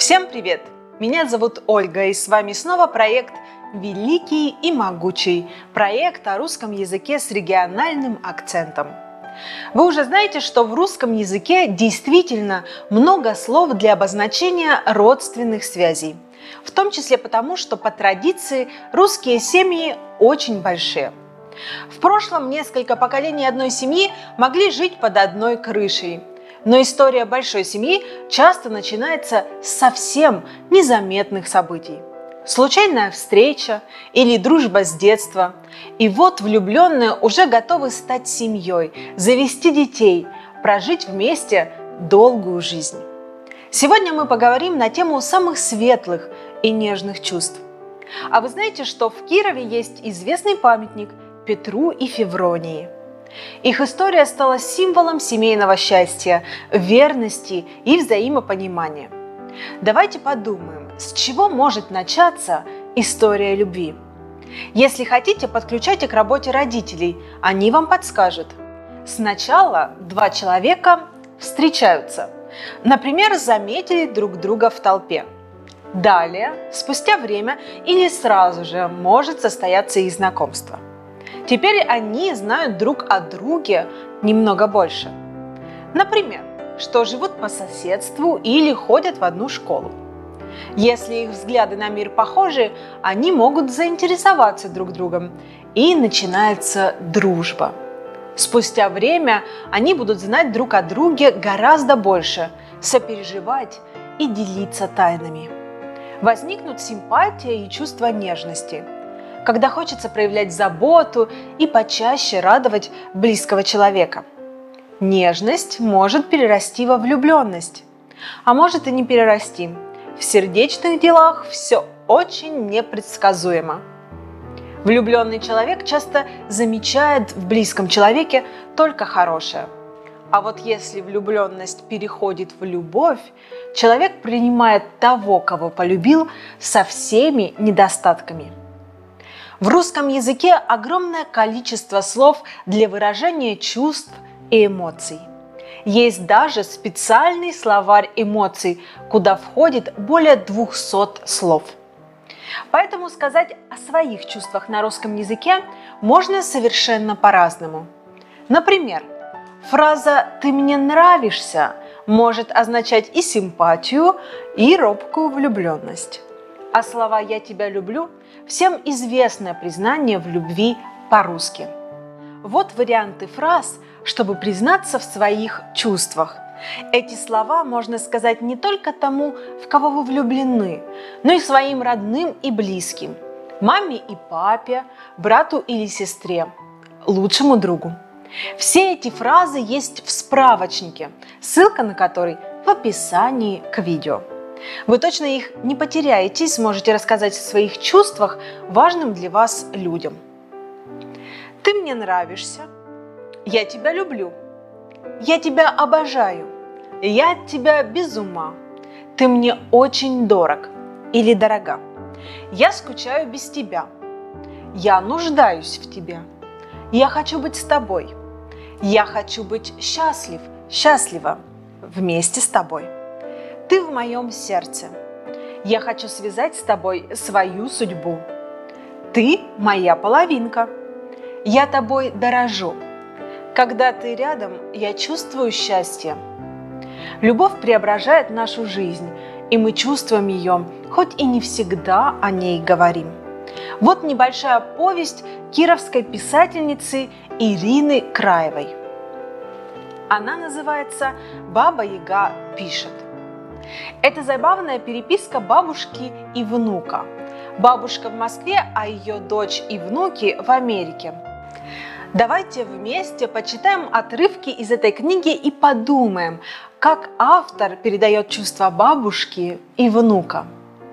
Всем привет! Меня зовут Ольга, и с вами снова проект «Великий и могучий», проект о русском языке с региональным акцентом. Вы уже знаете, что в русском языке действительно много слов для обозначения родственных связей, в том числе потому, что по традиции русские семьи очень большие. В прошлом несколько поколений одной семьи могли жить под одной крышей. Но история большой семьи часто начинается с совсем незаметных событий. Случайная встреча или дружба с детства. И вот влюбленные уже готовы стать семьей, завести детей, прожить вместе долгую жизнь. Сегодня мы поговорим на тему самых светлых и нежных чувств. А вы знаете, что в Кирове есть известный памятник Петру и Февронии? Их история стала символом семейного счастья, верности и взаимопонимания. Давайте подумаем, с чего может начаться история любви. Если хотите, подключайте к работе родителей, они вам подскажут. Сначала два человека встречаются. Например, заметили друг друга в толпе. Далее, спустя время или сразу же может состояться их знакомство. Теперь они знают друг о друге немного больше. Например, что живут по соседству или ходят в одну школу. Если их взгляды на мир похожи, они могут заинтересоваться друг другом, и начинается дружба. Спустя время они будут знать друг о друге гораздо больше, сопереживать и делиться тайнами. Возникнут симпатия и чувство нежности, когда хочется проявлять заботу и почаще радовать близкого человека. Нежность может перерасти во влюбленность, а может и не перерасти. В сердечных делах все очень непредсказуемо. Влюбленный человек часто замечает в близком человеке только хорошее. А вот если влюбленность переходит в любовь, человек принимает того, кого полюбил, со всеми недостатками. В русском языке огромное количество слов для выражения чувств и эмоций. Есть даже специальный словарь эмоций, куда входит более 200 слов. Поэтому сказать о своих чувствах на русском языке можно совершенно по-разному. Например, фраза «ты мне нравишься» может означать и симпатию, и робкую влюбленность. А слова «я тебя люблю» всем известное признание в любви по-русски. Вот варианты фраз, чтобы признаться в своих чувствах. Эти слова можно сказать не только тому, в кого вы влюблены, но и своим родным и близким, маме и папе, брату или сестре, лучшему другу. Все эти фразы есть в справочнике, ссылка на который в описании к видео. Вы точно их не потеряете и сможете рассказать о своих чувствах важным для вас людям. Ты мне нравишься. Я тебя люблю. Я тебя обожаю. Я от тебя без ума. Ты мне очень дорог или дорога. Я скучаю без тебя. Я нуждаюсь в тебе. Я хочу быть с тобой. Я хочу быть счастлив, счастлива вместе с тобой. Ты в моем сердце. Я хочу связать с тобой свою судьбу. Ты моя половинка. Я тобой дорожу. Когда ты рядом, я чувствую счастье. Любовь преображает нашу жизнь, и мы чувствуем ее, хоть и не всегда о ней говорим. Вот небольшая повесть кировской писательницы Ирины Краевой. Она называется «Баба-Яга пишет». Это забавная переписка бабушки и внука. Бабушка в Москве, а ее дочь и внуки в Америке. Давайте вместе почитаем отрывки из этой книги и подумаем, как автор передает чувства бабушки и внука.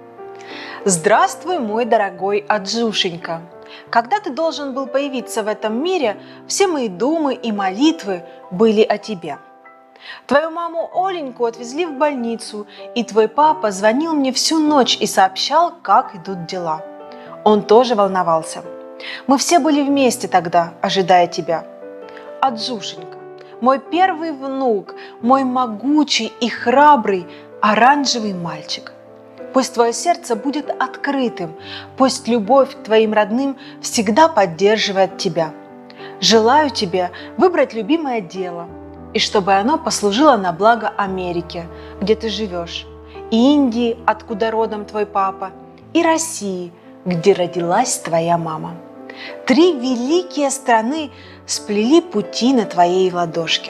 Здравствуй, мой дорогой Аджушенька. Когда ты должен был появиться в этом мире, все мои думы и молитвы были о тебе. Твою маму Оленьку отвезли в больницу, и твой папа звонил мне всю ночь и сообщал, как идут дела. Он тоже волновался. Мы все были вместе тогда, ожидая тебя. Аджушенька, мой первый внук, мой могучий и храбрый оранжевый мальчик. Пусть твое сердце будет открытым. Пусть любовь к твоим родным всегда поддерживает тебя. Желаю тебе выбрать любимое дело, и чтобы оно послужило на благо Америки, где ты живешь, и Индии, откуда родом твой папа, и России, где родилась твоя мама. 3 великие страны сплели пути на твоей ладошке.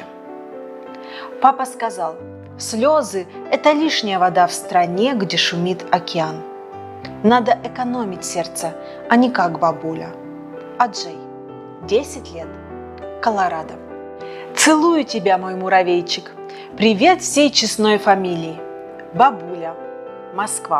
Папа сказал: слезы – это лишняя вода в стране, где шумит океан. Надо экономить сердце, а не как бабуля. Аджей, 10 лет, Колорадо. Целую тебя, мой муравейчик. Привет всей честной фамилии. Бабуля, Москва.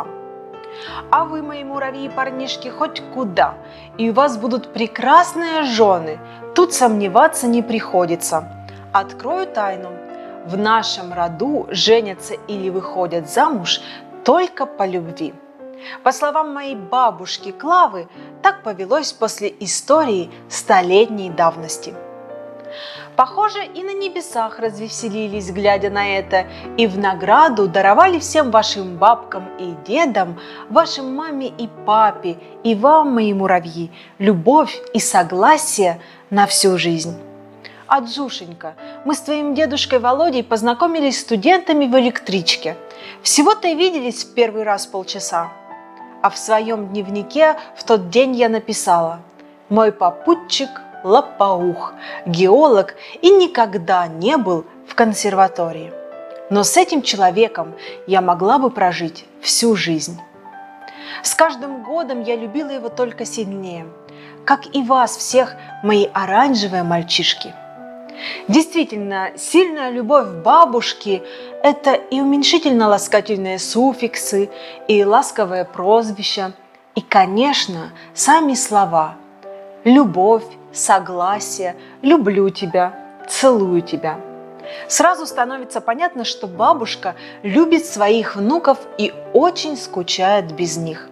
А вы, мои муравьи-парнишки, хоть куда, и у вас будут прекрасные жены. Тут сомневаться не приходится. Открою тайну. В нашем роду женятся или выходят замуж только по любви. По словам моей бабушки Клавы, так повелось после истории столетней давности. Похоже, и на небесах развеселились, глядя на это, и в награду даровали всем вашим бабкам и дедам, вашим маме и папе, и вам, мои муравьи, любовь и согласие на всю жизнь. Аджушенька, мы с твоим дедушкой Володей познакомились студентами в электричке. Всего-то и виделись в первый раз полчаса. А в своем дневнике в тот день я написала: «Мой попутчик лопоух, геолог и никогда не был в консерватории. Но с этим человеком я могла бы прожить всю жизнь». С каждым годом я любила его только сильнее, как и вас всех, мои оранжевые мальчишки. Действительно, сильная любовь бабушки – это и уменьшительно-ласкательные суффиксы, и ласковые прозвища, и, конечно, сами слова «любовь», «согласие», «люблю тебя», «целую тебя». Сразу становится понятно, что бабушка любит своих внуков и очень скучает без них.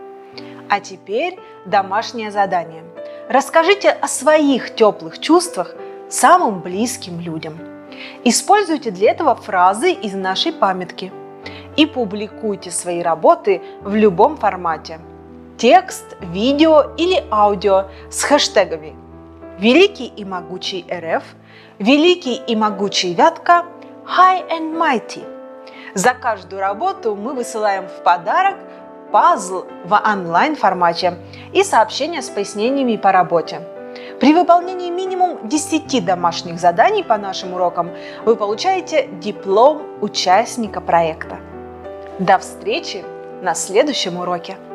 А теперь домашнее задание. Расскажите о своих теплых чувствах самым близким людям. Используйте для этого фразы из нашей памятки и публикуйте свои работы в любом формате – текст, видео или аудио с хэштегами «Великий и могучий РФ», «Великий и могучий Вятка», «High and Mighty». За каждую работу мы высылаем в подарок пазл в онлайн-формате и сообщения с пояснениями по работе. При выполнении минимум 10 домашних заданий по нашим урокам вы получаете диплом участника проекта. До встречи на следующем уроке!